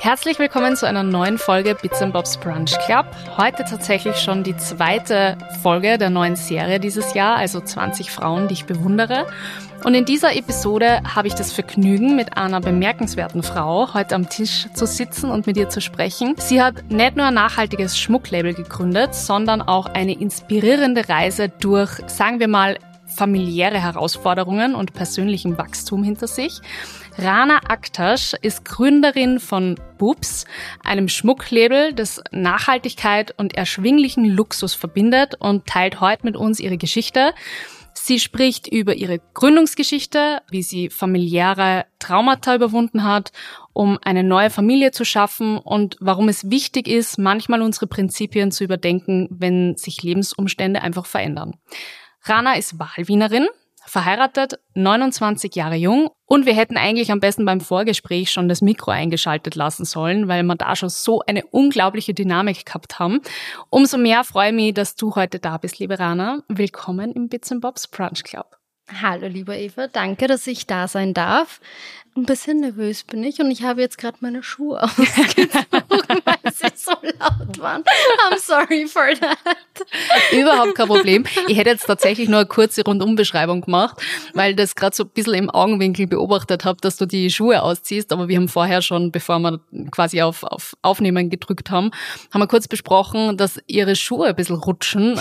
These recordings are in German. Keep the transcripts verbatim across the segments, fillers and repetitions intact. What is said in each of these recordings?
Herzlich willkommen zu einer neuen Folge Bits and Bobs Brunch Club. Heute tatsächlich schon die zweite Folge der neuen Serie dieses Jahr, also zwanzig Frauen, die ich bewundere. Und in dieser Episode habe ich das Vergnügen, mit einer bemerkenswerten Frau heute am Tisch zu sitzen und mit ihr zu sprechen. Sie hat nicht nur ein nachhaltiges Schmucklabel gegründet, sondern auch eine inspirierende Reise durch, sagen wir mal, familiäre Herausforderungen und persönlichem Wachstum hinter sich. Rana Aktaş ist Gründerin von Boops, einem Schmucklabel, das Nachhaltigkeit und erschwinglichen Luxus verbindet, und teilt heute mit uns ihre Geschichte. Sie spricht über ihre Gründungsgeschichte, wie sie familiäre Traumata überwunden hat, um eine neue Familie zu schaffen, und warum es wichtig ist, manchmal unsere Prinzipien zu überdenken, wenn sich Lebensumstände einfach verändern. Rana ist Wahlwienerin, verheiratet, neunundzwanzig Jahre jung, und wir hätten eigentlich am besten beim Vorgespräch schon das Mikro eingeschaltet lassen sollen, weil wir da schon so eine unglaubliche Dynamik gehabt haben. Umso mehr freue ich mich, dass du heute da bist, liebe Rana. Willkommen im Bits and Bobs Brunch Club. Hallo, liebe Eva. Danke, dass ich da sein darf. Ein bisschen nervös bin ich und ich habe jetzt gerade meine Schuhe ausgezogen, weil sie so laut waren. I'm sorry for that. Überhaupt kein Problem. Ich hätte jetzt tatsächlich nur eine kurze Rundumbeschreibung gemacht, weil das gerade so ein bisschen im Augenwinkel beobachtet habe, dass du die Schuhe ausziehst. Aber wir haben vorher schon, bevor wir quasi auf, auf Aufnehmen gedrückt haben, haben wir kurz besprochen, dass ihre Schuhe ein bisschen rutschen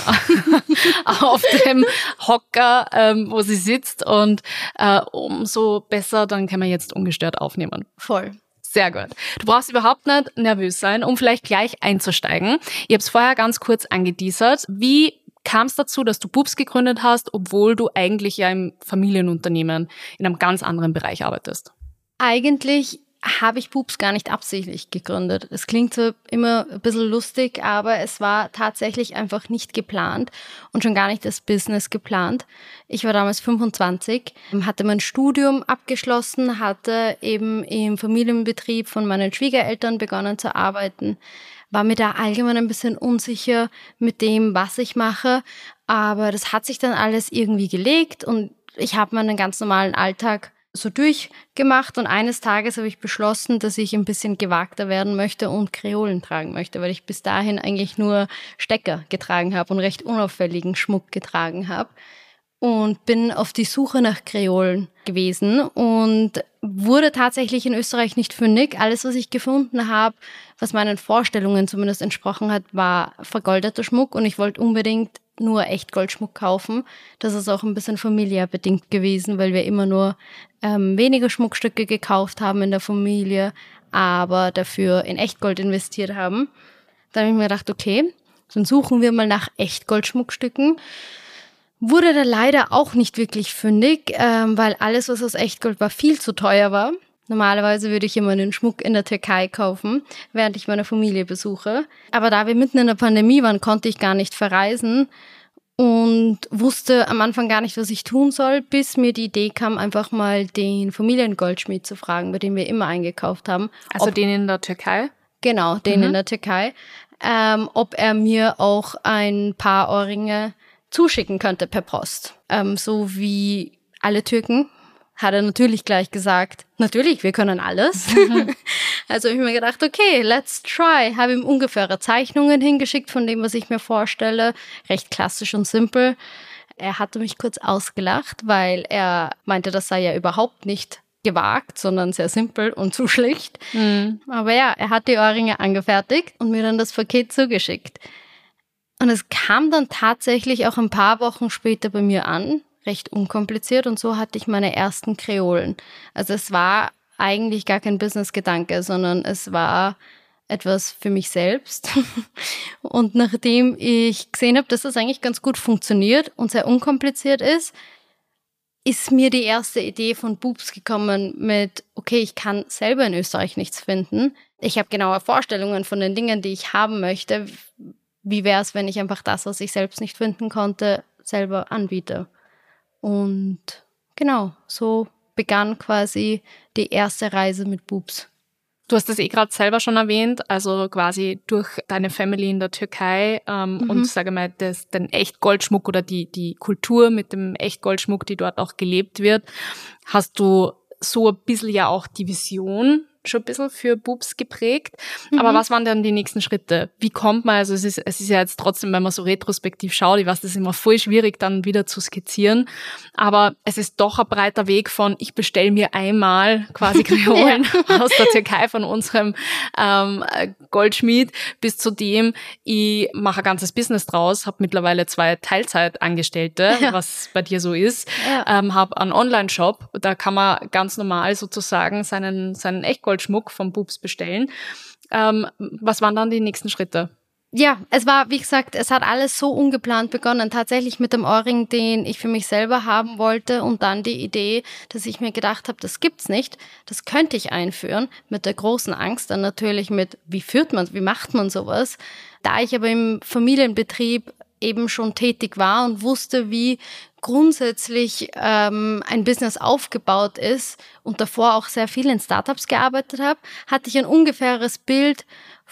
auf dem Hocker, ähm, wo sie sitzt. Und äh, umso besser, dann können wir jetzt ungestört aufnehmen. Voll. Sehr gut. Du brauchst überhaupt nicht nervös sein, um vielleicht gleich einzusteigen. Ich habe es vorher ganz kurz angeteasert. Wie kam es dazu, dass du Boops gegründet hast, obwohl du eigentlich ja im Familienunternehmen in einem ganz anderen Bereich arbeitest? Eigentlich habe ich Boops gar nicht absichtlich gegründet. Es klingt so immer ein bisschen lustig, aber es war tatsächlich einfach nicht geplant und schon gar nicht das Business geplant. Ich war damals fünfundzwanzig, hatte mein Studium abgeschlossen, hatte eben im Familienbetrieb von meinen Schwiegereltern begonnen zu arbeiten, war mir da allgemein ein bisschen unsicher mit dem, was ich mache, aber das hat sich dann alles irgendwie gelegt und ich habe meinen ganz normalen Alltag so durchgemacht, und eines Tages habe ich beschlossen, dass ich ein bisschen gewagter werden möchte und Kreolen tragen möchte, weil ich bis dahin eigentlich nur Stecker getragen habe und recht unauffälligen Schmuck getragen habe, und bin auf die Suche nach Kreolen gewesen und wurde tatsächlich in Österreich nicht fündig. Alles, was ich gefunden habe, was meinen Vorstellungen zumindest entsprochen hat, war vergoldeter Schmuck, und ich wollte unbedingt nur Echtgoldschmuck kaufen. Das ist auch ein bisschen familiär bedingt gewesen, weil wir immer nur ähm, wenige Schmuckstücke gekauft haben in der Familie, aber dafür in Echtgold investiert haben. Dann habe ich mir gedacht, okay, dann suchen wir mal nach Echtgoldschmuckstücken. Wurde da leider auch nicht wirklich fündig, ähm, weil alles, was aus Echtgold war, viel zu teuer war. Normalerweise würde ich immer den Schmuck in der Türkei kaufen, während ich meine Familie besuche. Aber da wir mitten in der Pandemie waren, konnte ich gar nicht verreisen und wusste am Anfang gar nicht, was ich tun soll, bis mir die Idee kam, einfach mal den Familiengoldschmied zu fragen, bei dem wir immer eingekauft haben. Also ob, den in der Türkei? Genau, den mhm. in der Türkei. Ähm, ob er mir auch ein paar Ohrringe zuschicken könnte per Post. Ähm, so wie alle Türken. Hat er natürlich gleich gesagt, natürlich, wir können alles. Mhm. Also habe ich mir gedacht, okay, let's try. Habe ihm ungefähre Zeichnungen hingeschickt von dem, was ich mir vorstelle. Recht klassisch und simpel. Er hatte mich kurz ausgelacht, weil er meinte, das sei ja überhaupt nicht gewagt, sondern sehr simpel und zu schlicht. Mhm. Aber ja, er hat die Ohrringe angefertigt und mir dann das Paket zugeschickt. Und es kam dann tatsächlich auch ein paar Wochen später bei mir an. Recht unkompliziert, und so hatte ich meine ersten Kreolen. Also es war eigentlich gar kein Business-Gedanke, sondern es war etwas für mich selbst. Und nachdem ich gesehen habe, dass das eigentlich ganz gut funktioniert und sehr unkompliziert ist, ist mir die erste Idee von Boops gekommen mit, okay, ich kann selber in Österreich nichts finden. Ich habe genaue Vorstellungen von den Dingen, die ich haben möchte. Wie wäre es, wenn ich einfach das, was ich selbst nicht finden konnte, selber anbiete? Und genau, so begann quasi die erste Reise mit Boops. Du hast das eh gerade selber schon erwähnt, also quasi durch deine Family in der Türkei ähm, mhm. und sage mal das, den Echtgoldschmuck oder die, die Kultur mit dem Echtgoldschmuck, die dort auch gelebt wird, hast du so ein bisschen ja auch die Vision schon ein bisschen für Boobs geprägt. Mhm. Aber was waren dann die nächsten Schritte? Wie kommt man, also es ist, es ist ja jetzt trotzdem, wenn man so retrospektiv schaut, ich weiß, das ist immer voll schwierig dann wieder zu skizzieren, aber es ist doch ein breiter Weg von, ich bestelle mir einmal quasi Kreolen ja. aus der Türkei von unserem ähm, Goldschmied bis zu dem, ich mache ein ganzes Business draus, habe mittlerweile zwei Teilzeitangestellte, ja. was bei dir so ist, ja. ähm, habe einen Online-Shop, da kann man ganz normal sozusagen seinen, seinen Echtgoldschmuck vom Boobs bestellen. Ähm, was waren dann die nächsten Schritte? Ja, es war, wie gesagt, es hat alles so ungeplant begonnen, tatsächlich mit dem Ohrring, den ich für mich selber haben wollte und dann die Idee, dass ich mir gedacht habe, das gibt's nicht, das könnte ich einführen, mit der großen Angst dann natürlich mit, wie führt man, wie macht man sowas? Da ich aber im Familienbetrieb eben schon tätig war und wusste, wie grundsätzlich ähm, ein Business aufgebaut ist und davor auch sehr viel in Startups gearbeitet habe, hatte ich ein ungefähres Bild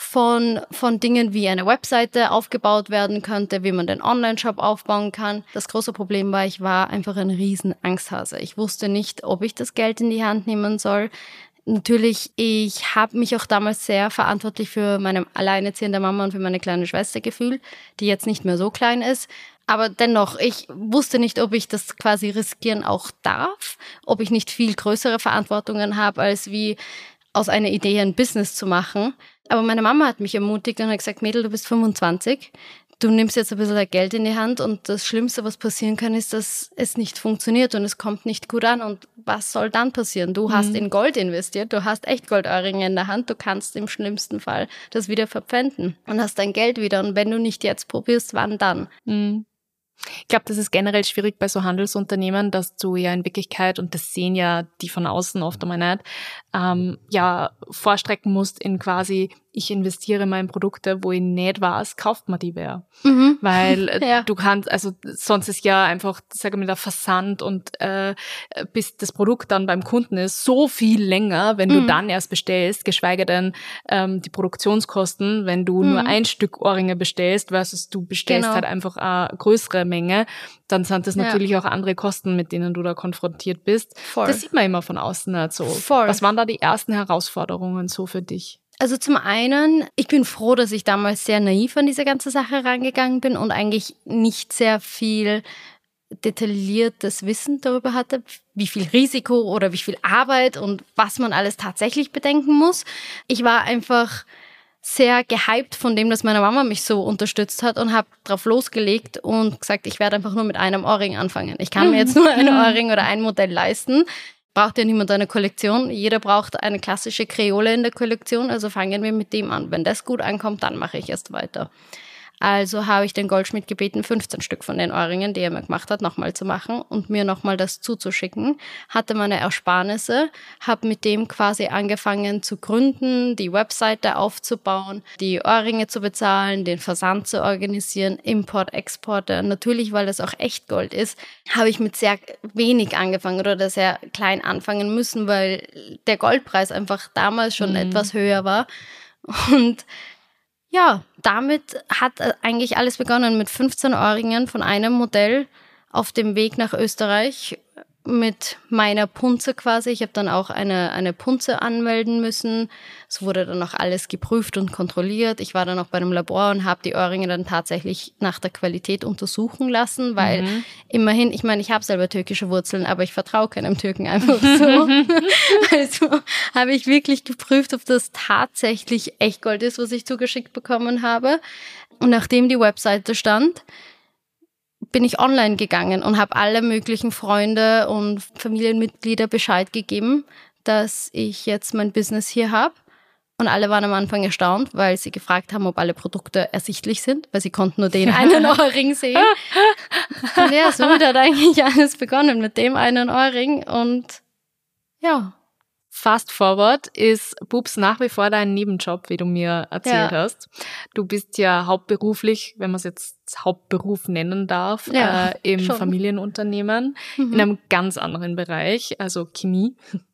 von von Dingen, wie eine Webseite aufgebaut werden könnte, wie man den Online-Shop aufbauen kann. Das große Problem war, ich war einfach ein riesen Angsthase. Ich wusste nicht, ob ich das Geld in die Hand nehmen soll. Natürlich, ich habe mich auch damals sehr verantwortlich für meine alleinerziehende Mama und für meine kleine Schwester gefühlt, die jetzt nicht mehr so klein ist. Aber dennoch, ich wusste nicht, ob ich das quasi riskieren auch darf, ob ich nicht viel größere Verantwortungen habe, als wie aus einer Idee ein Business zu machen. Aber meine Mama hat mich ermutigt und hat gesagt, Mädel, du bist fünfundzwanzig, du nimmst jetzt ein bisschen Geld in die Hand und das Schlimmste, was passieren kann, ist, dass es nicht funktioniert und es kommt nicht gut an. Und was soll dann passieren? Du mhm. hast in Gold investiert, du hast echt Goldohrringe in der Hand, du kannst im schlimmsten Fall das wieder verpfänden und hast dein Geld wieder. Und wenn du nicht jetzt probierst, wann dann? Mhm. Ich glaube, das ist generell schwierig bei so Handelsunternehmen, dass du ja in Wirklichkeit, und das sehen ja die von außen oft einmal nicht, ähm, ja vorstrecken musst in quasi, ich investiere mal in Produkte, wo ich nicht weiß, kauft man die wer. Mhm. Weil ja. du kannst, also sonst ist ja einfach, sage ich mal, der Versand und äh, bis das Produkt dann beim Kunden ist, so viel länger, wenn du mhm. dann erst bestellst, geschweige denn ähm, die Produktionskosten, wenn du mhm. nur ein Stück Ohrringe bestellst, versus du bestellst genau. halt einfach eine größere Menge, dann sind das natürlich ja. auch andere Kosten, mit denen du da konfrontiert bist. Voll. Das sieht man immer von außen nicht so. Voll. Was waren da die ersten Herausforderungen so für dich? Also zum einen, ich bin froh, dass ich damals sehr naiv an diese ganze Sache rangegangen bin und eigentlich nicht sehr viel detailliertes Wissen darüber hatte, wie viel Risiko oder wie viel Arbeit und was man alles tatsächlich bedenken muss. Ich war einfach sehr gehypt von dem, dass meine Mama mich so unterstützt hat und habe drauf losgelegt und gesagt, ich werde einfach nur mit einem Ohrring anfangen. Ich kann mir jetzt nur einen Ohrring oder ein Modell leisten. Braucht ja niemand eine Kollektion. Jeder braucht eine klassische Kreole in der Kollektion, also fangen wir mit dem an. Wenn das gut ankommt, dann mache ich erst weiter. Also habe ich den Goldschmied gebeten, fünfzehn Stück von den Ohrringen, die er mir gemacht hat, nochmal zu machen und mir nochmal das zuzuschicken. Hatte meine Ersparnisse, habe mit dem quasi angefangen zu gründen, die Webseite aufzubauen, die Ohrringe zu bezahlen, den Versand zu organisieren, Import, Exporte. Natürlich, weil das auch Echtgold ist, habe ich mit sehr wenig angefangen oder sehr klein anfangen müssen, weil der Goldpreis einfach damals schon mhm. etwas höher war. Und ja, damit hat eigentlich alles begonnen mit fünfzehn Ohrringen von einem Modell auf dem Weg nach Österreich mit meiner Punze quasi. Ich habe dann auch eine, eine Punze anmelden müssen. Es wurde dann auch alles geprüft und kontrolliert. Ich war dann auch bei einem Labor und habe die Ohrringe dann tatsächlich nach der Qualität untersuchen lassen, weil mhm. immerhin, ich meine, ich habe selber türkische Wurzeln, aber ich vertraue keinem Türken einfach so. Also habe ich wirklich geprüft, ob das tatsächlich Echtgold ist, was ich zugeschickt bekommen habe. Und nachdem die Webseite stand, bin ich online gegangen und habe alle möglichen Freunde und Familienmitglieder Bescheid gegeben, dass ich jetzt mein Business hier habe. Und alle waren am Anfang erstaunt, weil sie gefragt haben, ob alle Produkte ersichtlich sind, weil sie konnten nur den einen Ohrring sehen. Und ja, somit hat eigentlich alles begonnen mit dem einen Ohrring und ja. Fast forward ist Boobs nach wie vor dein Nebenjob, wie du mir erzählt ja. hast. Du bist ja hauptberuflich, wenn man es jetzt Hauptberuf nennen darf, ja, äh, im schon. Familienunternehmen, mhm. in einem ganz anderen Bereich, also Chemie.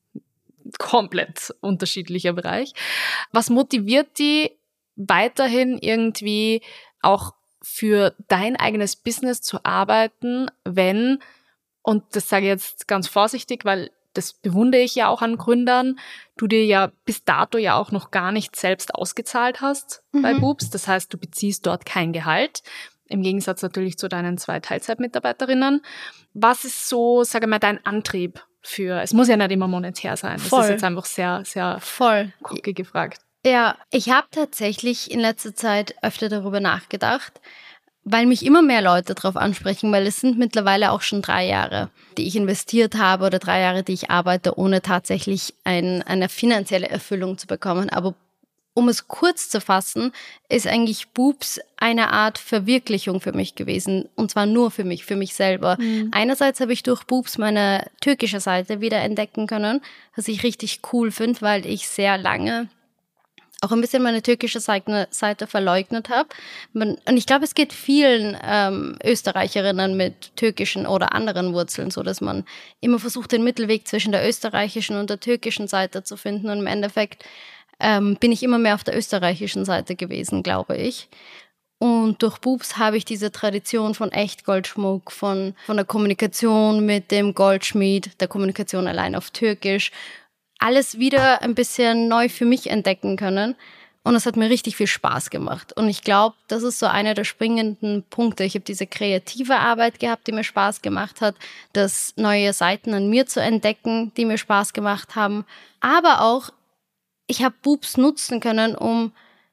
Komplett unterschiedlicher Bereich. Was motiviert die weiterhin irgendwie auch für dein eigenes Business zu arbeiten, wenn, und das sage ich jetzt ganz vorsichtig, weil das bewundere ich ja auch an Gründern, du dir ja bis dato ja auch noch gar nicht selbst ausgezahlt hast mhm. bei Boobs. Das heißt, du beziehst dort kein Gehalt. Im Gegensatz natürlich zu deinen zwei Teilzeitmitarbeiterinnen. Was ist so, sage mal, dein Antrieb für, es muss ja nicht immer monetär sein. Das Voll. ist jetzt einfach sehr, sehr Voll. cocky gefragt. Ja, ich habe tatsächlich in letzter Zeit öfter darüber nachgedacht, weil mich immer mehr Leute darauf ansprechen, weil es sind mittlerweile auch schon drei Jahre, die ich investiert habe oder drei Jahre, die ich arbeite, ohne tatsächlich ein, eine finanzielle Erfüllung zu bekommen. Aber um es kurz zu fassen, ist eigentlich Boobs eine Art Verwirklichung für mich gewesen. Und zwar nur für mich, für mich selber. Mhm. Einerseits habe ich durch Boobs meine türkische Seite wieder entdecken können, was ich richtig cool finde, weil ich sehr lange auch ein bisschen meine türkische Seite verleugnet habe. Und ich glaube, es geht vielen ähm, Österreicherinnen mit türkischen oder anderen Wurzeln so, dass man immer versucht, den Mittelweg zwischen der österreichischen und der türkischen Seite zu finden. Und im Endeffekt ähm, bin ich immer mehr auf der österreichischen Seite gewesen, glaube ich. Und durch Boobs habe ich diese Tradition von Echtgoldschmuck, von, von der Kommunikation mit dem Goldschmied, der Kommunikation allein auf Türkisch, alles wieder ein bisschen neu für mich entdecken können. Und es hat mir richtig viel Spaß gemacht. Und ich glaube, das ist so einer der springenden Punkte. Ich habe diese kreative Arbeit gehabt, die mir Spaß gemacht hat, das neue Seiten an mir zu entdecken, die mir Spaß gemacht haben. Aber auch, ich habe Boobs nutzen können, um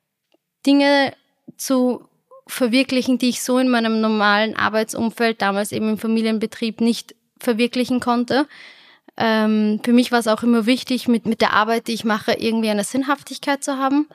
Dinge zu verwirklichen, die ich so in meinem normalen Arbeitsumfeld, damals eben im Familienbetrieb, nicht verwirklichen konnte. Ähm, für mich war es auch immer wichtig, mit, mit der Arbeit, die ich mache, irgendwie eine Sinnhaftigkeit zu haben.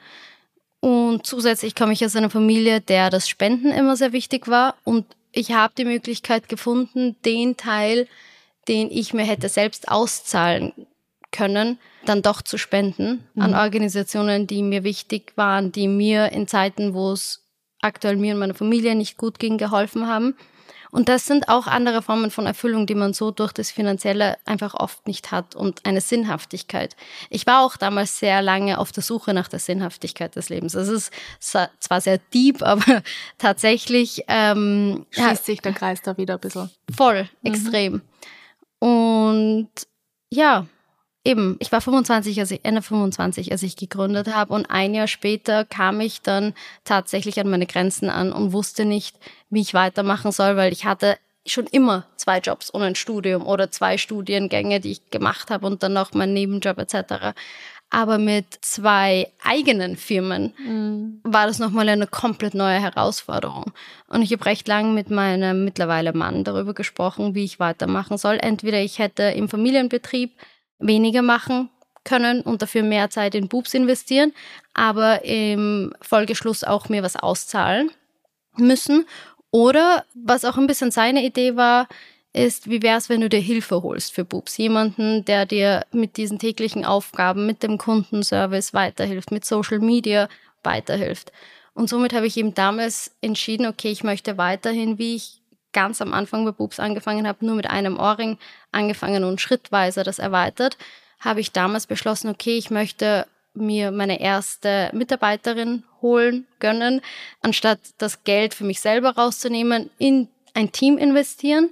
Und zusätzlich komme ich aus einer Familie, der das Spenden immer sehr wichtig war. Und ich habe die Möglichkeit gefunden, den Teil, den ich mir hätte selbst auszahlen können, dann doch zu spenden mhm. an Organisationen, die mir wichtig waren, die mir in Zeiten, wo es aktuell mir und meiner Familie nicht gut ging, geholfen haben. Und das sind auch andere Formen von Erfüllung, die man so durch das Finanzielle einfach oft nicht hat und eine Sinnhaftigkeit. Ich war auch damals sehr lange auf der Suche nach der Sinnhaftigkeit des Lebens. Es ist zwar sehr deep, aber tatsächlich ähm, schließt ja, sich der Kreis da wieder ein bisschen. Voll, extrem. Mhm. Und ja, eben, ich war fünfundzwanzig, also Ende fünfundzwanzig, als ich gegründet habe, und ein Jahr später kam ich dann tatsächlich an meine Grenzen an und wusste nicht, wie ich weitermachen soll, weil ich hatte schon immer zwei Jobs und ein Studium oder zwei Studiengänge, die ich gemacht habe und dann noch meinen Nebenjob et cetera. Aber mit zwei eigenen Firmen mhm. war das nochmal eine komplett neue Herausforderung. Und ich habe recht lang mit meinem mittlerweile Mann darüber gesprochen, wie ich weitermachen soll. Entweder ich hätte im Familienbetrieb weniger machen können und dafür mehr Zeit in Boobs investieren, aber im Folgeschluss auch mir was auszahlen müssen. Oder, was auch ein bisschen seine Idee war, ist, wie wäre es, wenn du dir Hilfe holst für Boobs? Jemanden, der dir mit diesen täglichen Aufgaben, mit dem Kundenservice weiterhilft, mit Social Media weiterhilft. Und somit habe ich eben damals entschieden, okay, ich möchte weiterhin, wie ich ganz am Anfang bei Boobs angefangen habe, nur mit einem Ohrring angefangen und schrittweise das erweitert, habe ich damals beschlossen, okay, ich möchte mir meine erste Mitarbeiterin holen, gönnen, anstatt das Geld für mich selber rauszunehmen, in ein Team investieren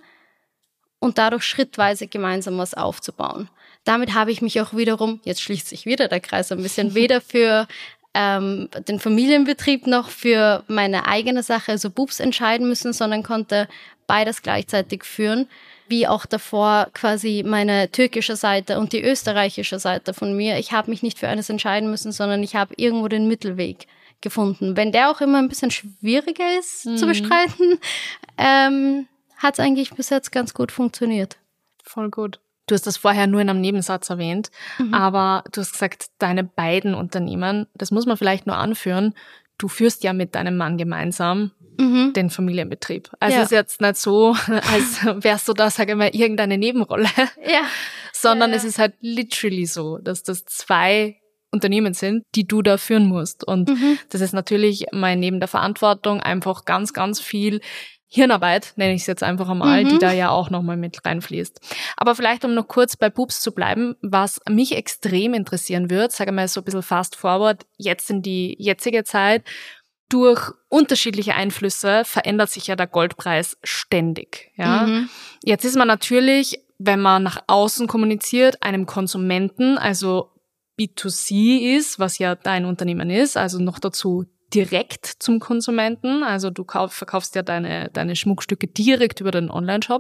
und dadurch schrittweise gemeinsam was aufzubauen. Damit habe ich mich auch wiederum, jetzt schließt sich wieder der Kreis ein bisschen, weder für ähm, den Familienbetrieb noch für meine eigene Sache, also Boobs, entscheiden müssen, sondern konnte beides gleichzeitig führen, wie auch davor quasi meine türkische Seite und die österreichische Seite von mir. Ich habe mich nicht für eines entscheiden müssen, sondern ich habe irgendwo den Mittelweg gefunden. Wenn der auch immer ein bisschen schwieriger ist mhm. zu bestreiten, ähm, hat es eigentlich bis jetzt ganz gut funktioniert. Voll gut. Du hast das vorher nur in einem Nebensatz erwähnt, mhm. aber du hast gesagt, deine beiden Unternehmen, das muss man vielleicht nur anführen, du führst ja mit deinem Mann gemeinsam mhm. den Familienbetrieb. Also ja. Es ist jetzt nicht so, als wärst du da, sage ich mal, irgendeine Nebenrolle, ja. sondern ja. es ist halt literally so, dass das zwei Unternehmen sind, die du da führen musst. Und mhm. das ist natürlich mal neben der Verantwortung einfach ganz, ganz viel Hirnarbeit, nenne ich es jetzt einfach einmal, mhm. die da ja auch nochmal mit reinfließt. Aber vielleicht, um noch kurz bei Boobs zu bleiben, was mich extrem interessieren wird, sage mal so ein bisschen fast forward, jetzt in die jetzige Zeit. durch unterschiedliche Einflüsse verändert sich ja der Goldpreis ständig. Ja? Mhm. Jetzt ist man natürlich, wenn man nach außen kommuniziert, einem Konsumenten, also B zwei C ist, was ja dein Unternehmen ist, also noch dazu direkt zum Konsumenten, also du kauf, verkaufst ja deine, deine Schmuckstücke direkt über den Online-Shop.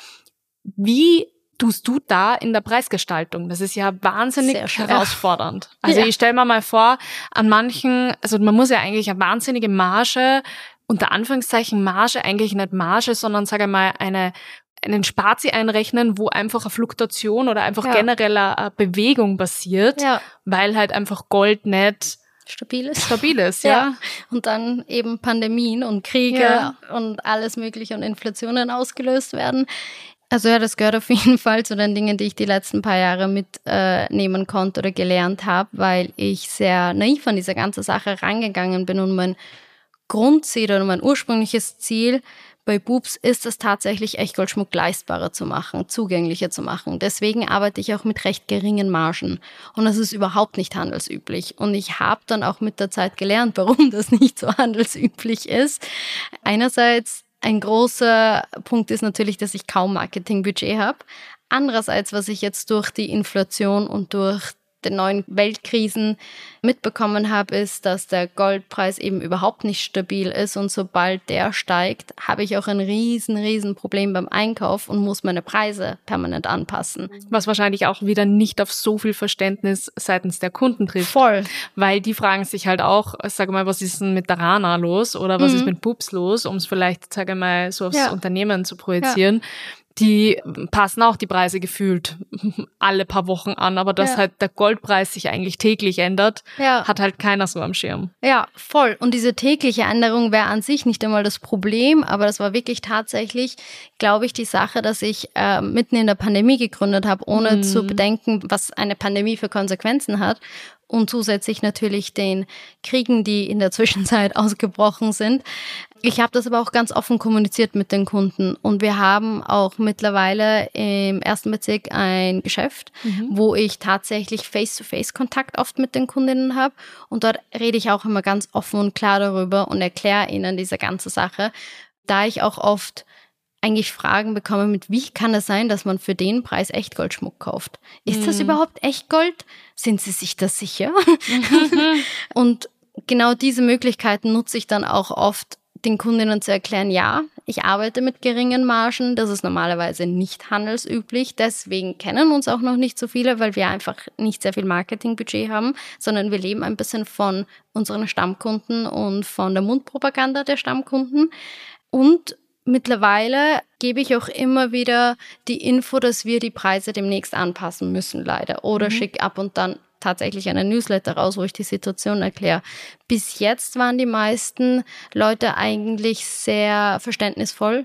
Wie tust du da in der Preisgestaltung? Das ist ja wahnsinnig herausfordernd. Also ja. Ich stelle mir mal vor, an manchen, also man muss ja eigentlich eine wahnsinnige Marge, unter Anführungszeichen Marge, eigentlich nicht Marge, sondern sage ich mal eine einen Spazi einrechnen, wo einfach eine Fluktuation oder einfach ja. generell eine Bewegung passiert, ja. weil halt einfach Gold nicht stabil ist. Stabil ist, ja. ja. Und dann eben Pandemien und Kriege ja. und alles Mögliche und Inflationen ausgelöst werden. Also ja, das gehört auf jeden Fall zu den Dingen, die ich die letzten paar Jahre mitnehmen äh, konnte oder gelernt habe, weil ich sehr naiv an diese ganze Sache rangegangen bin und mein Grundziel oder mein ursprüngliches Ziel bei Boobs ist es tatsächlich, Echtgoldschmuck leistbarer zu machen, zugänglicher zu machen. Deswegen arbeite ich auch mit recht geringen Margen. Und das ist überhaupt nicht handelsüblich. Und ich habe dann auch mit der Zeit gelernt, warum das nicht so handelsüblich ist. Einerseits ein großer Punkt ist natürlich, dass ich kaum Marketingbudget habe. Andererseits, was ich jetzt durch die Inflation und durch den neuen Weltkrisen mitbekommen habe, ist, dass der Goldpreis eben überhaupt nicht stabil ist und sobald der steigt, habe ich auch ein riesen, riesen Problem beim Einkauf und muss meine Preise permanent anpassen. Was wahrscheinlich auch wieder nicht auf so viel Verständnis seitens der Kunden trifft. Voll. Weil die fragen sich halt auch, sag mal, was ist denn mit der Rana los oder was mhm. ist mit Boobs los, um es vielleicht, sag mal, so aufs ja. Unternehmen zu projizieren. Ja. Die passen auch die Preise gefühlt alle paar Wochen an, aber dass ja. halt der Goldpreis sich eigentlich täglich ändert, ja. hat halt keiner so am Schirm. Ja, voll. Und diese tägliche Änderung wäre an sich nicht einmal das Problem, aber das war wirklich tatsächlich, glaube ich, die Sache, dass ich äh, mitten in der Pandemie gegründet habe, ohne mhm. zu bedenken, was eine Pandemie für Konsequenzen hat. Und zusätzlich natürlich den Kriegen, die in der Zwischenzeit ausgebrochen sind. Ich habe das aber auch ganz offen kommuniziert mit den Kunden und wir haben auch mittlerweile im ersten Bezirk ein Geschäft, mhm. wo ich tatsächlich Face-to-Face-Kontakt oft mit den Kundinnen habe und dort rede ich auch immer ganz offen und klar darüber und erkläre ihnen diese ganze Sache, da ich auch oft eigentlich Fragen bekomme mit, wie kann es sein, dass man für den Preis Echtgoldschmuck kauft? Ist mhm. das überhaupt Echtgold? Sind Sie sich das sicher? Mhm. Und genau diese Möglichkeiten nutze ich dann auch oft, den Kundinnen zu erklären, ja, ich arbeite mit geringen Margen, das ist normalerweise nicht handelsüblich, deswegen kennen uns auch noch nicht so viele, weil wir einfach nicht sehr viel Marketingbudget haben, sondern wir leben ein bisschen von unseren Stammkunden und von der Mundpropaganda der Stammkunden. Und mittlerweile gebe ich auch immer wieder die Info, dass wir die Preise demnächst anpassen müssen, leider. Oder mhm. schicke ab und dann tatsächlich einen Newsletter raus, wo ich die Situation erkläre. Bis jetzt waren die meisten Leute eigentlich sehr verständnisvoll.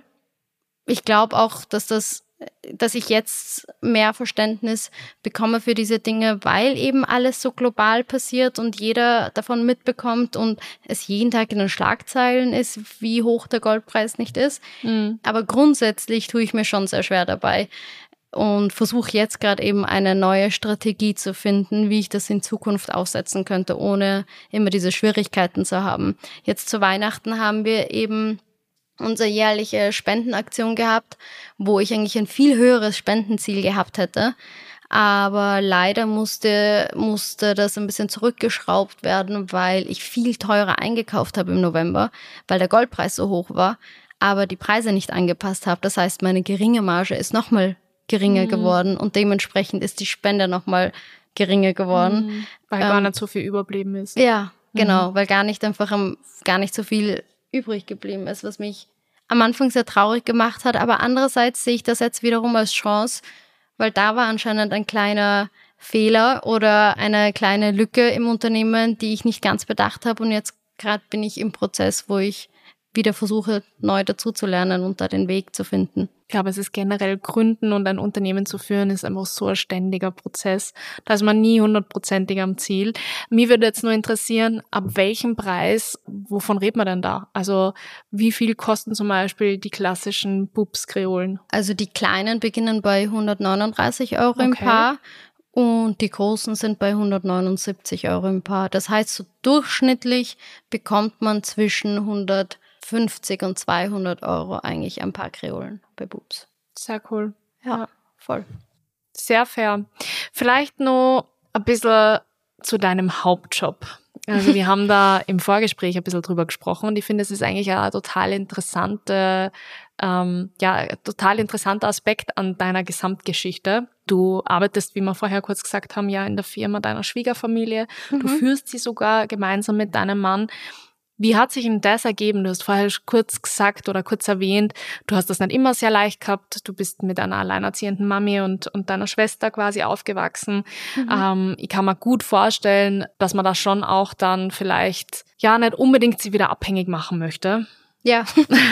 Ich glaube auch, dass das, dass ich jetzt mehr Verständnis bekomme für diese Dinge, weil eben alles so global passiert und jeder davon mitbekommt und es jeden Tag in den Schlagzeilen ist, wie hoch der Goldpreis nicht ist. Mhm. Aber grundsätzlich tue ich mir schon sehr schwer dabei. Und versuche jetzt gerade eben eine neue Strategie zu finden, wie ich das in Zukunft aufsetzen könnte, ohne immer diese Schwierigkeiten zu haben. Jetzt zu Weihnachten haben wir eben unsere jährliche Spendenaktion gehabt, wo ich eigentlich ein viel höheres Spendenziel gehabt hätte. Aber leider musste, musste das ein bisschen zurückgeschraubt werden, weil ich viel teurer eingekauft habe im November, weil der Goldpreis so hoch war, aber die Preise nicht angepasst habe. Das heißt, meine geringe Marge ist nochmal geringer mhm. geworden und dementsprechend ist die Spende nochmal geringer geworden. Mhm. Weil ähm, gar nicht so viel überblieben ist. Ja, genau, mhm. weil gar nicht einfach um, gar nicht so viel übrig geblieben ist, was mich am Anfang sehr traurig gemacht hat. Aber andererseits sehe ich das jetzt wiederum als Chance, weil da war anscheinend ein kleiner Fehler oder eine kleine Lücke im Unternehmen, die ich nicht ganz bedacht habe und jetzt gerade bin ich im Prozess, wo ich wieder versuche, neu dazuzulernen und da den Weg zu finden. Ich glaube, es ist generell Gründen und ein Unternehmen zu führen, ist einfach so ein ständiger Prozess. Da ist man nie hundertprozentig am Ziel. Mich würde jetzt nur interessieren, ab welchem Preis, wovon redet man denn da? Also wie viel kosten zum Beispiel die klassischen Boobs-Kreolen? Also die kleinen beginnen bei hundertneununddreißig Euro im okay. Paar Und die großen sind bei hundertneunundsiebzig Euro im Paar. Das heißt, so durchschnittlich bekommt man zwischen hundertfünfzig und zweihundert Euro eigentlich ein Paar Kreolen bei Boobs. Sehr cool. Ja, ja, voll. Sehr fair. Vielleicht noch ein bisschen zu deinem Hauptjob. Also wir haben da im Vorgespräch ein bisschen drüber gesprochen und ich finde, es ist eigentlich ein total interessante, ähm, ja, total interessanter Aspekt an deiner Gesamtgeschichte. Du arbeitest, wie wir vorher kurz gesagt haben, ja in der Firma deiner Schwiegerfamilie. Mhm. Du führst sie sogar gemeinsam mit deinem Mann. Wie hat sich denn das ergeben? Du hast vorher kurz gesagt oder kurz erwähnt, du hast das nicht immer sehr leicht gehabt. Du bist mit einer alleinerziehenden Mami und, und deiner Schwester quasi aufgewachsen. Mhm. Ähm, ich kann mir gut vorstellen, dass man da schon auch dann vielleicht, ja, nicht unbedingt sie wieder abhängig machen möchte. Ja.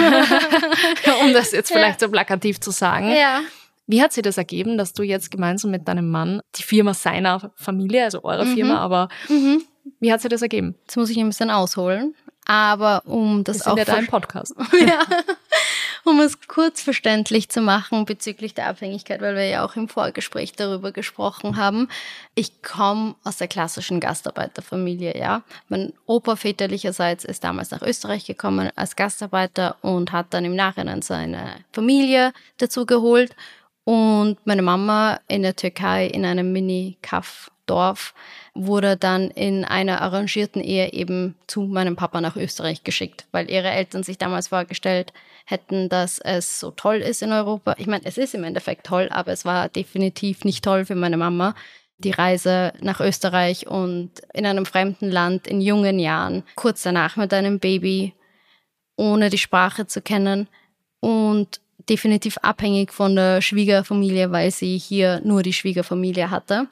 Um das jetzt vielleicht ja. so plakativ zu sagen. Ja. Wie hat sich das ergeben, dass du jetzt gemeinsam mit deinem Mann die Firma seiner Familie, also eure mhm. Firma, aber mhm. wie hat sich das ergeben? Jetzt muss ich ein bisschen ausholen. Aber um das, das auch... Das ist ja dein Podcast. Ja, um es kurz verständlich zu machen bezüglich der Abhängigkeit, weil wir ja auch im Vorgespräch darüber gesprochen haben. Ich komme aus der klassischen Gastarbeiterfamilie, ja. Mein Opa väterlicherseits ist damals nach Österreich gekommen als Gastarbeiter und hat dann im Nachhinein seine Familie dazu geholt. Und meine Mama in der Türkei in einem Mini-Kaff-Dorf wurde dann in einer arrangierten Ehe eben zu meinem Papa nach Österreich geschickt, weil ihre Eltern sich damals vorgestellt hätten, dass es so toll ist in Europa. Ich meine, es ist im Endeffekt toll, aber es war definitiv nicht toll für meine Mama. Die Reise nach Österreich und in einem fremden Land in jungen Jahren, kurz danach mit einem Baby, ohne die Sprache zu kennen und definitiv abhängig von der Schwiegerfamilie, weil sie hier nur die Schwiegerfamilie hatte.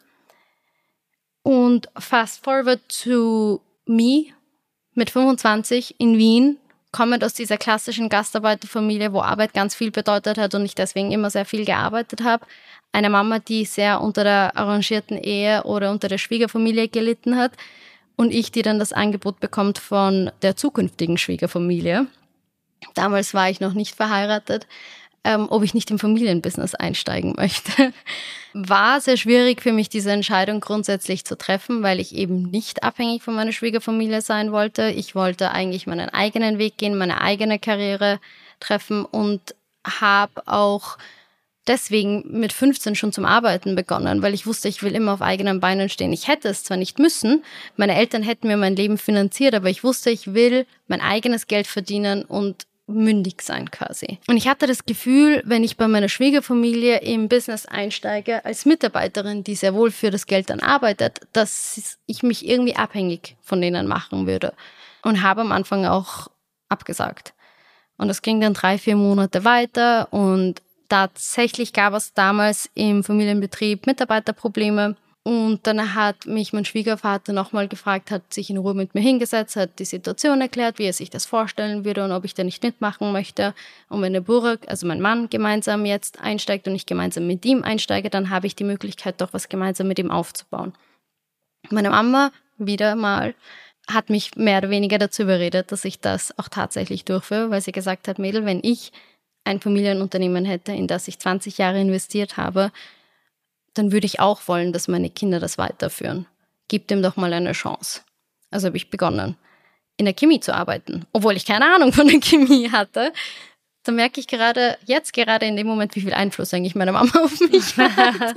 Und fast forward to me mit fünfundzwanzig in Wien, kommend aus dieser klassischen Gastarbeiterfamilie, wo Arbeit ganz viel bedeutet hat und ich deswegen immer sehr viel gearbeitet habe. Eine Mama, die sehr unter der arrangierten Ehe oder unter der Schwiegerfamilie gelitten hat und ich, die dann das Angebot bekommt von der zukünftigen Schwiegerfamilie. Damals war ich noch nicht verheiratet. Ähm, ob ich nicht im Familienbusiness einsteigen möchte. War sehr schwierig für mich, diese Entscheidung grundsätzlich zu treffen, weil ich eben nicht abhängig von meiner Schwiegerfamilie sein wollte. Ich wollte eigentlich meinen eigenen Weg gehen, meine eigene Karriere treffen und habe auch deswegen mit fünfzehn schon zum Arbeiten begonnen, weil ich wusste, ich will immer auf eigenen Beinen stehen. Ich hätte es zwar nicht müssen, meine Eltern hätten mir mein Leben finanziert, aber ich wusste, ich will mein eigenes Geld verdienen und mündig sein quasi. Und ich hatte das Gefühl, wenn ich bei meiner Schwiegerfamilie im Business einsteige, als Mitarbeiterin, die sehr wohl für das Geld dann arbeitet, dass ich mich irgendwie abhängig von denen machen würde. Und habe am Anfang auch abgesagt. Und das ging dann drei, vier Monate weiter und tatsächlich gab es damals im Familienbetrieb Mitarbeiterprobleme. Und dann hat mich mein Schwiegervater nochmal gefragt, hat sich in Ruhe mit mir hingesetzt, hat die Situation erklärt, wie er sich das vorstellen würde und ob ich da nicht mitmachen möchte. Und wenn der Burak, also mein Mann, gemeinsam jetzt einsteigt und ich gemeinsam mit ihm einsteige, dann habe ich die Möglichkeit, doch was gemeinsam mit ihm aufzubauen. Meine Mama, wieder mal, hat mich mehr oder weniger dazu überredet, dass ich das auch tatsächlich durchführe, weil sie gesagt hat, Mädel, wenn ich ein Familienunternehmen hätte, in das ich zwanzig Jahre investiert habe, dann würde ich auch wollen, dass meine Kinder das weiterführen. Gib dem doch mal eine Chance. Also habe ich begonnen, in der Chemie zu arbeiten, obwohl ich keine Ahnung von der Chemie hatte. Da merke ich gerade, jetzt gerade in dem Moment, wie viel Einfluss eigentlich meine Mama auf mich hat.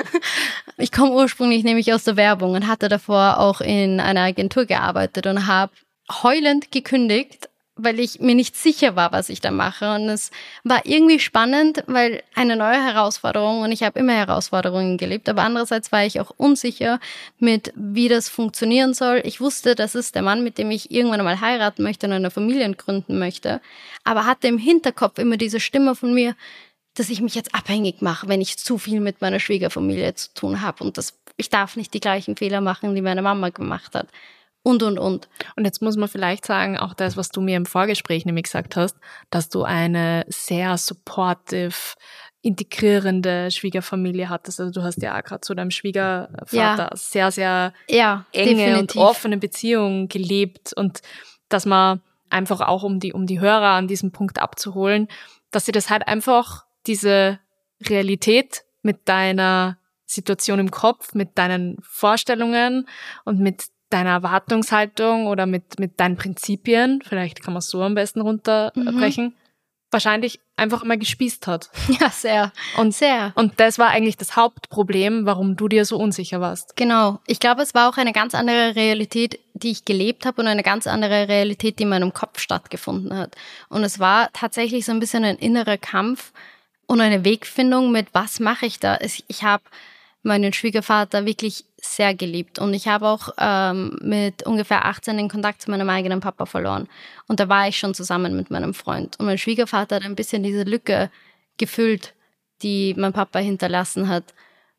Ich komme ursprünglich nämlich aus der Werbung und hatte davor auch in einer Agentur gearbeitet und habe heulend gekündigt, weil ich mir nicht sicher war, was ich da mache. Und es war irgendwie spannend, weil eine neue Herausforderung, und ich habe immer Herausforderungen gelebt, aber andererseits war ich auch unsicher mit, wie das funktionieren soll. Ich wusste, das ist der Mann, mit dem ich irgendwann einmal heiraten möchte und eine Familie gründen möchte, aber hatte im Hinterkopf immer diese Stimme von mir, dass ich mich jetzt abhängig mache, wenn ich zu viel mit meiner Schwiegerfamilie zu tun habe und das, ich darf nicht die gleichen Fehler machen, die meine Mama gemacht hat. Und, und, und. Und jetzt muss man vielleicht sagen, auch das, was du mir im Vorgespräch nämlich gesagt hast, dass du eine sehr supportive, integrierende Schwiegerfamilie hattest. Also du hast ja auch gerade zu deinem Schwiegervater ja. sehr, sehr ja, enge definitiv. und offene Beziehung gelebt. Und dass man einfach auch, um die, um die Hörer an diesem Punkt abzuholen, dass sie das halt einfach, diese Realität mit deiner Situation im Kopf, mit deinen Vorstellungen und mit deiner Erwartungshaltung oder mit, mit deinen Prinzipien, vielleicht kann man es so am besten runterbrechen, mhm. wahrscheinlich einfach mal gespießt hat. Ja, sehr. Und, sehr. Und das war eigentlich das Hauptproblem, warum du dir so unsicher warst. Genau. Ich glaube, es war auch eine ganz andere Realität, die ich gelebt habe und eine ganz andere Realität, die in meinem Kopf stattgefunden hat. Und es war tatsächlich so ein bisschen ein innerer Kampf und eine Wegfindung mit, was mache ich da? Ich habe meinen Schwiegervater wirklich sehr geliebt. Und ich habe auch ähm, mit ungefähr achtzehn den Kontakt zu meinem eigenen Papa verloren. Und da war ich schon zusammen mit meinem Freund. Und mein Schwiegervater hat ein bisschen diese Lücke gefüllt, die mein Papa hinterlassen hat.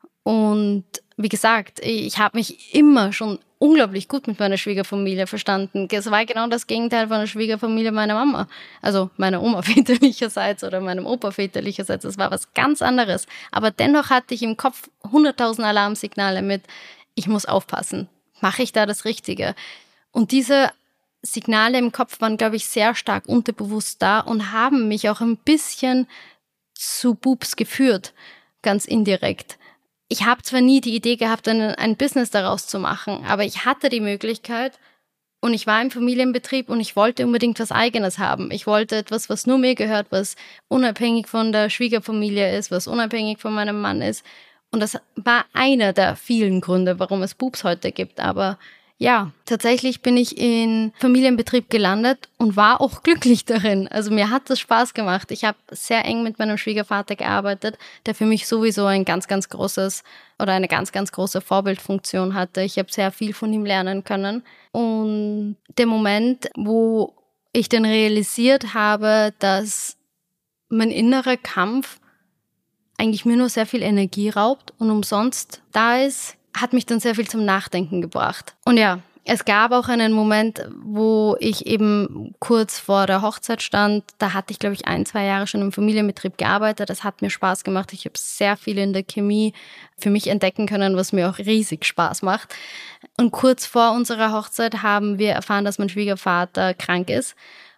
Und wie gesagt, ich habe mich immer schon unglaublich gut mit meiner Schwiegerfamilie verstanden. Es war genau das Gegenteil von der Schwiegerfamilie meiner Mama. Also meiner Oma väterlicherseits oder meinem Opa väterlicherseits. Das war was ganz anderes. Aber dennoch hatte ich im Kopf hunderttausend Alarmsignale mit, ich muss aufpassen. Mache ich da das Richtige? Und diese Signale im Kopf waren, glaube ich, sehr stark unterbewusst da und haben mich auch ein bisschen zu Boobs geführt, ganz indirekt. Ich habe zwar nie die Idee gehabt, ein, ein Business daraus zu machen, aber ich hatte die Möglichkeit und ich war im Familienbetrieb und ich wollte unbedingt was Eigenes haben. Ich wollte etwas, was nur mir gehört, was unabhängig von der Schwiegerfamilie ist, was unabhängig von meinem Mann ist. Und das war einer der vielen Gründe, warum es Boobs heute gibt. Aber ja, tatsächlich bin ich in Familienbetrieb gelandet und war auch glücklich darin. Also mir hat das Spaß gemacht. Ich habe sehr eng mit meinem Schwiegervater gearbeitet, der für mich sowieso ein ganz, ganz großes oder eine ganz, ganz große Vorbildfunktion hatte. Ich habe sehr viel von ihm lernen können. Und der Moment, wo ich dann realisiert habe, dass mein innerer Kampf eigentlich mir nur sehr viel Energie raubt und umsonst da ist, hat mich dann sehr viel zum Nachdenken gebracht. Und ja, es gab auch einen Moment, wo ich eben kurz vor der Hochzeit stand. Da hatte ich, glaube ich, ein, zwei Jahre schon im Familienbetrieb gearbeitet. Das hat mir Spaß gemacht. Ich habe sehr viel in der Chemie für mich entdecken können, was mir auch riesig Spaß macht. Und kurz vor unserer Hochzeit haben wir erfahren, dass mein Schwiegervater krank ist.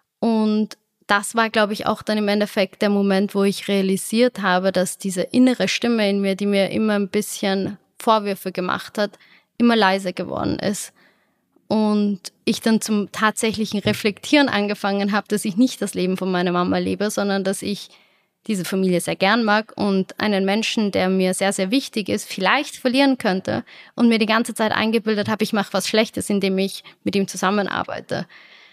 Und das war, glaube ich, auch dann im Endeffekt der Moment, wo ich realisiert habe, dass diese innere Stimme in mir, die mir immer ein bisschen Vorwürfe gemacht hat, immer leiser geworden ist. Und ich dann zum tatsächlichen Reflektieren angefangen habe, dass ich nicht das Leben von meiner Mama lebe, sondern dass ich diese Familie sehr gern mag und einen Menschen, der mir sehr, sehr wichtig ist, vielleicht verlieren könnte und mir die ganze Zeit eingebildet habe, ich mache was Schlechtes, indem ich mit ihm zusammenarbeite.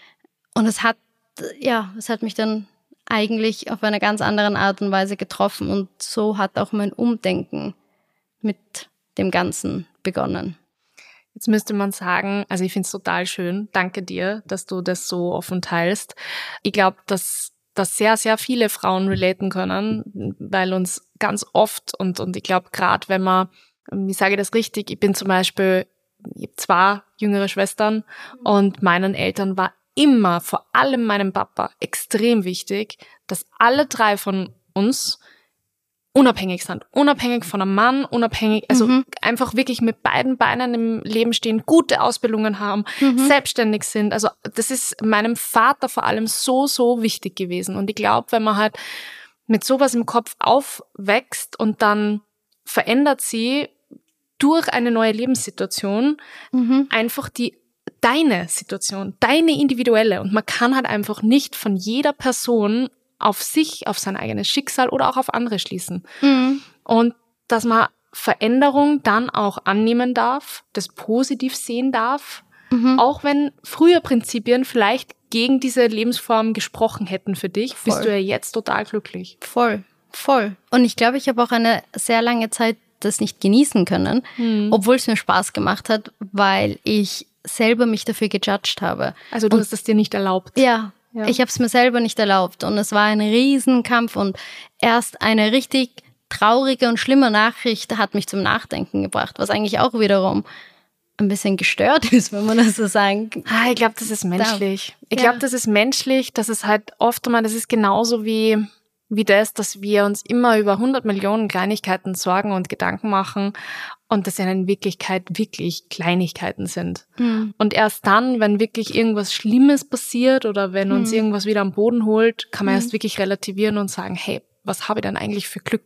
Und es hat, ja, es hat mich dann eigentlich auf eine ganz andere Art und Weise getroffen und so hat auch mein Umdenken mit dem Ganzen begonnen. Jetzt müsste man sagen, also ich finde es total schön, danke dir, dass du das so offen teilst. Ich glaube, dass, dass sehr, sehr viele Frauen relaten können, weil uns ganz oft und, und ich glaube gerade, wenn man, ich sage das richtig, ich bin zum Beispiel, ich habe zwei jüngere Schwestern und meinen Eltern war immer, vor allem meinem Papa, extrem wichtig, dass alle drei von uns unabhängig sind, unabhängig von einem Mann, unabhängig, also mhm. einfach wirklich mit beiden Beinen im Leben stehen, gute Ausbildungen haben, mhm. selbstständig sind. Also das ist meinem Vater vor allem so, so wichtig gewesen. Und ich glaube, wenn man halt mit sowas im Kopf aufwächst und dann verändert sie durch eine neue Lebenssituation mhm. einfach die deine Situation, deine individuelle. Und man kann halt einfach nicht von jeder Person auf sich, auf sein eigenes Schicksal oder auch auf andere schließen. Mhm. Und dass man Veränderung dann auch annehmen darf, das positiv sehen darf, mhm. auch wenn früher Prinzipien vielleicht gegen diese Lebensform gesprochen hätten für dich, voll. Bist du ja jetzt total glücklich. Voll, voll. Und ich glaube, ich habe auch eine sehr lange Zeit das nicht genießen können, mhm. obwohl es mir Spaß gemacht hat, weil ich selber mich dafür gejudged habe. Also du Und, hast es dir nicht erlaubt. Ja, Ja. Ich habe es mir selber nicht erlaubt und es war ein Riesenkampf und erst eine richtig traurige und schlimme Nachricht hat mich zum Nachdenken gebracht, was eigentlich auch wiederum ein bisschen gestört ist, wenn man das so sagen kann. Ah, ich glaube, das ist menschlich. Ich ja. glaube, das ist menschlich, dass es halt oft einmal, das ist genauso wie, wie das, dass wir uns immer über hundert Millionen Kleinigkeiten Sorgen und Gedanken machen und das ja in Wirklichkeit wirklich Kleinigkeiten sind. Mhm. Und erst dann, wenn wirklich irgendwas Schlimmes passiert oder wenn uns mhm. irgendwas wieder am Boden holt, kann man mhm. erst wirklich relativieren und sagen, hey, was habe ich denn eigentlich für Glück?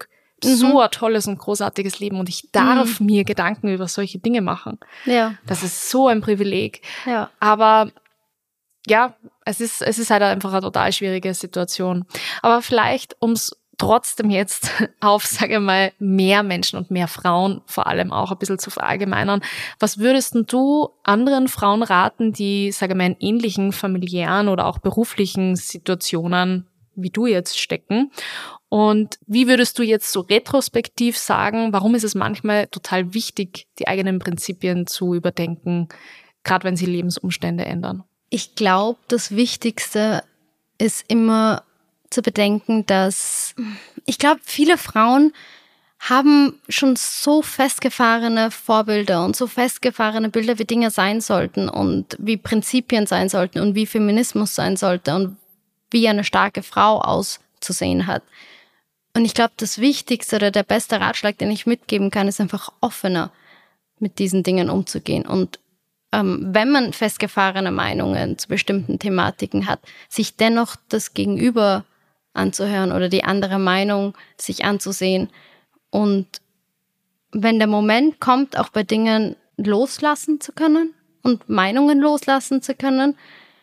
mhm. so ein tolles und großartiges Leben und ich darf mhm. mir Gedanken über solche Dinge machen. Ja. Das ist so ein Privileg. Ja. Aber ja, es ist, es ist halt einfach eine total schwierige Situation. Aber vielleicht, um es trotzdem jetzt auf, sage ich mal, mehr Menschen und mehr Frauen vor allem auch ein bisschen zu verallgemeinern, was würdest denn du anderen Frauen raten, die, sage ich mal, in ähnlichen familiären oder auch beruflichen Situationen wie du jetzt stecken? Und wie würdest du jetzt so retrospektiv sagen, warum ist es manchmal total wichtig, die eigenen Prinzipien zu überdenken, gerade wenn sie Lebensumstände ändern? Ich glaube, das Wichtigste ist immer zu bedenken, dass ich glaube, viele Frauen haben schon so festgefahrene Vorbilder und so festgefahrene Bilder, wie Dinge sein sollten und wie Prinzipien sein sollten und wie Feminismus sein sollte und wie eine starke Frau auszusehen hat. Und ich glaube, das Wichtigste oder der beste Ratschlag, den ich mitgeben kann, ist einfach offener mit diesen Dingen umzugehen und Ähm, wenn man festgefahrene Meinungen zu bestimmten Thematiken hat, sich dennoch das Gegenüber anzuhören oder die andere Meinung sich anzusehen. Und wenn der Moment kommt, auch bei Dingen loslassen zu können und Meinungen loslassen zu können,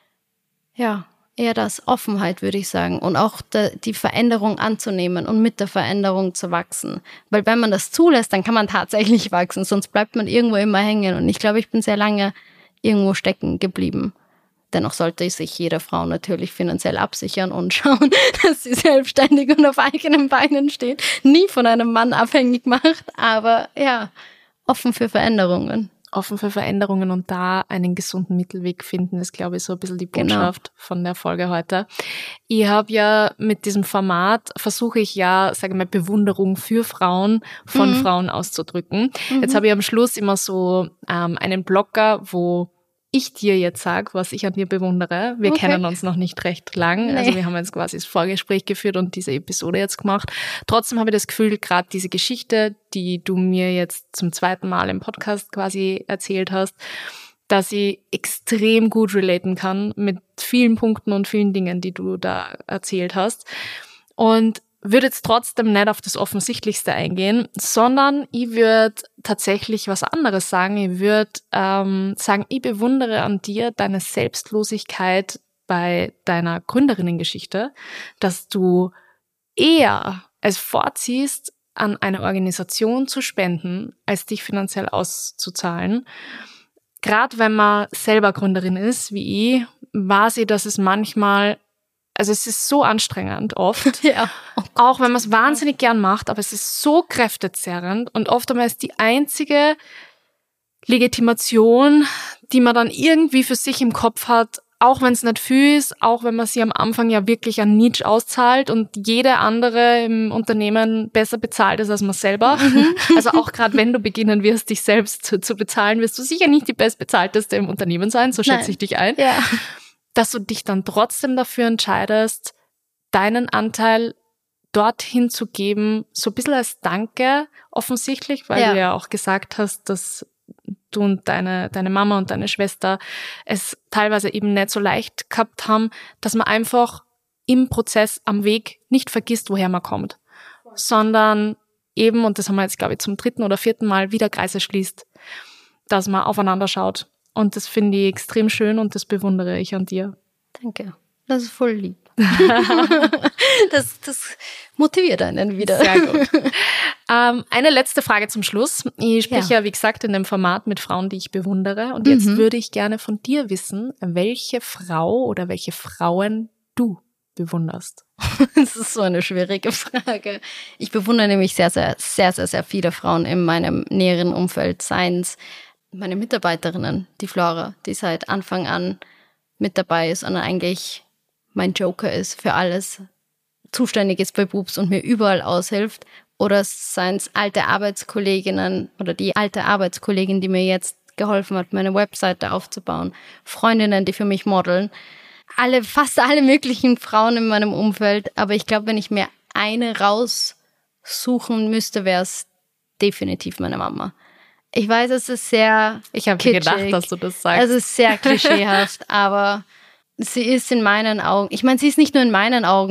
ja, eher das Offenheit, würde ich sagen. Und auch de, die Veränderung anzunehmen und mit der Veränderung zu wachsen. Weil wenn man das zulässt, dann kann man tatsächlich wachsen, sonst bleibt man irgendwo immer hängen. Und ich glaube, ich bin sehr lange irgendwo stecken geblieben. Dennoch sollte sich jede Frau natürlich finanziell absichern und schauen, dass sie selbstständig und auf eigenen Beinen steht, nie von einem Mann abhängig macht, aber ja, offen für Veränderungen. Offen für Veränderungen und da einen gesunden Mittelweg finden, ist, glaube ich, so ein bisschen die Botschaft genau. von der Folge heute. Ich habe ja mit diesem Format, versuche ich ja, sage ich mal, Bewunderung für Frauen von mhm. Frauen auszudrücken. Mhm. Jetzt habe ich am Schluss immer so ähm, einen Blocker, wo ich dir jetzt sage, was ich an dir bewundere. Wir okay. kennen uns noch nicht recht lang. Nee. Also wir haben jetzt quasi das Vorgespräch geführt und diese Episode jetzt gemacht. Trotzdem habe ich das Gefühl, gerade diese Geschichte, die du mir jetzt zum zweiten Mal im Podcast quasi erzählt hast, dass ich extrem gut relaten kann mit vielen Punkten und vielen Dingen, die du da erzählt hast. Und würde jetzt trotzdem nicht auf das Offensichtlichste eingehen, sondern ich würde tatsächlich was anderes sagen. Ich würde ähm, sagen, ich bewundere an dir deine Selbstlosigkeit bei deiner Gründerinnengeschichte, dass du eher es vorziehst, an eine Organisation zu spenden, als dich finanziell auszuzahlen. Gerade wenn man selber Gründerin ist, wie ich, weiß ich, dass es manchmal Also es ist so anstrengend oft, ja. oh auch wenn man es wahnsinnig gern macht, aber es ist so kräftezerrend und oft einmal ist die einzige Legitimation, die man dann irgendwie für sich im Kopf hat, auch wenn es nicht viel ist, auch wenn man sie am Anfang ja wirklich an Nietzsche auszahlt und jede andere im Unternehmen besser bezahlt ist als man selber. Mhm. Also auch gerade wenn du beginnen wirst, dich selbst zu, zu bezahlen, wirst du sicher nicht die bestbezahlteste im Unternehmen sein, so schätze Nein. ich dich ein. Ja. Dass du dich dann trotzdem dafür entscheidest, deinen Anteil dorthin zu geben, so ein bisschen als Danke offensichtlich, weil ja. du ja auch gesagt hast, dass du und deine, deine Mama und deine Schwester es teilweise eben nicht so leicht gehabt haben, dass man einfach im Prozess am Weg nicht vergisst, woher man kommt, sondern eben, und das haben wir jetzt, glaube ich, zum dritten oder vierten Mal wieder Kreise schließt, dass man aufeinander schaut. Und das finde ich extrem schön und das bewundere ich an dir. Danke. Das ist voll lieb. das, das motiviert einen wieder. Sehr gut. Ähm, eine letzte Frage zum Schluss. Ich spreche ja. ja, wie gesagt, in dem Format mit Frauen, die ich bewundere. Und jetzt mhm. würde ich gerne von dir wissen, welche Frau oder welche Frauen du bewunderst. Das ist so eine schwierige Frage. Ich bewundere nämlich sehr, sehr, sehr, sehr, sehr viele Frauen in meinem näheren Umfeld. Seien es meine Mitarbeiterinnen, die Flora, die seit Anfang an mit dabei ist und eigentlich mein Joker ist für alles, zuständig ist bei Boobs und mir überall aushilft. Oder seien es alte Arbeitskolleginnen oder die alte Arbeitskollegin, die mir jetzt geholfen hat, meine Webseite aufzubauen. Freundinnen, die für mich modeln. Alle, fast alle möglichen Frauen in meinem Umfeld. Aber ich glaube, wenn ich mir eine raussuchen müsste, wäre es definitiv meine Mama. Ich weiß, es ist sehr Ich habe mir gedacht, dass du das sagst. Es ist sehr klischeehaft, aber sie ist in meinen Augen, ich meine, sie ist nicht nur in meinen Augen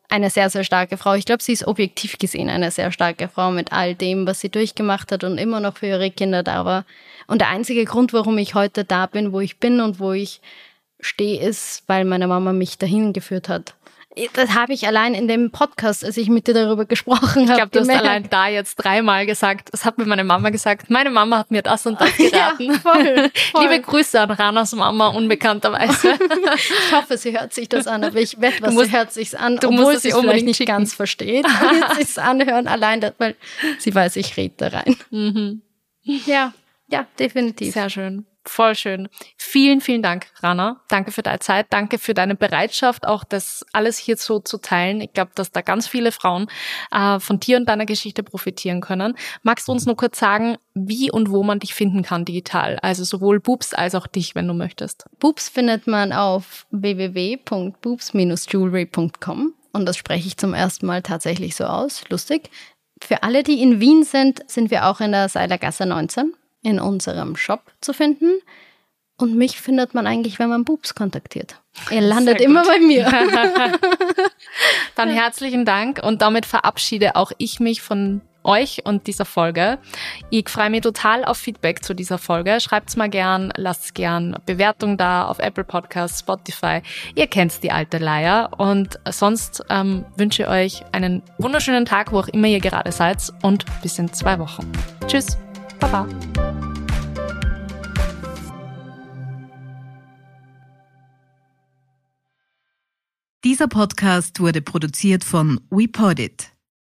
eine sehr, sehr starke Frau. Ich glaube, sie ist objektiv gesehen eine sehr starke Frau mit all dem, was sie durchgemacht hat und immer noch für ihre Kinder da war. Und der einzige Grund, warum ich heute da bin, wo ich bin und wo ich stehe, ist, weil meine Mama mich dahin geführt hat. Das habe ich allein in dem Podcast, als ich mit dir darüber gesprochen habe. Ich glaube, du hast allein da jetzt dreimal gesagt, das hat mir meine Mama gesagt, meine Mama hat mir das und das geraten. Ja, voll, voll. Liebe Grüße an Ranas Mama, unbekannterweise. Ich hoffe, sie hört sich das an, aber ich wette, was musst, sie hört sich's an, du obwohl musst sie es es vielleicht nicht schicken. ganz versteht. Wird sie es anhören, allein, das, weil sie weiß, ich rede da rein. Mhm. Ja, ja, definitiv. Sehr schön. Voll schön. Vielen, vielen Dank, Rana. Danke für deine Zeit. Danke für deine Bereitschaft, auch das alles hier so zu teilen. Ich glaube, dass da ganz viele Frauen äh, von dir und deiner Geschichte profitieren können. Magst du uns nur kurz sagen, wie und wo man dich finden kann digital? Also sowohl Boobs als auch dich, wenn du möchtest. Boobs findet man auf w w w punkt boobs Bindestrich jewelry punkt com und das spreche ich zum ersten Mal tatsächlich so aus. Lustig. Für alle, die in Wien sind, sind wir auch in der Seilergasse neunzehn. In unserem Shop zu finden. Und mich findet man eigentlich, wenn man Boobs kontaktiert. Ihr landet immer bei mir. Dann herzlichen Dank und damit verabschiede auch ich mich von euch und dieser Folge. Ich freue mich total auf Feedback zu dieser Folge. Schreibt's mal gern, lasst gern Bewertung da auf Apple Podcasts, Spotify. Ihr kennt die alte Leier. Und sonst ähm, wünsche ich euch einen wunderschönen Tag, wo auch immer ihr gerade seid und bis in zwei Wochen. Tschüss, Baba. Dieser Podcast wurde produziert von WePodit.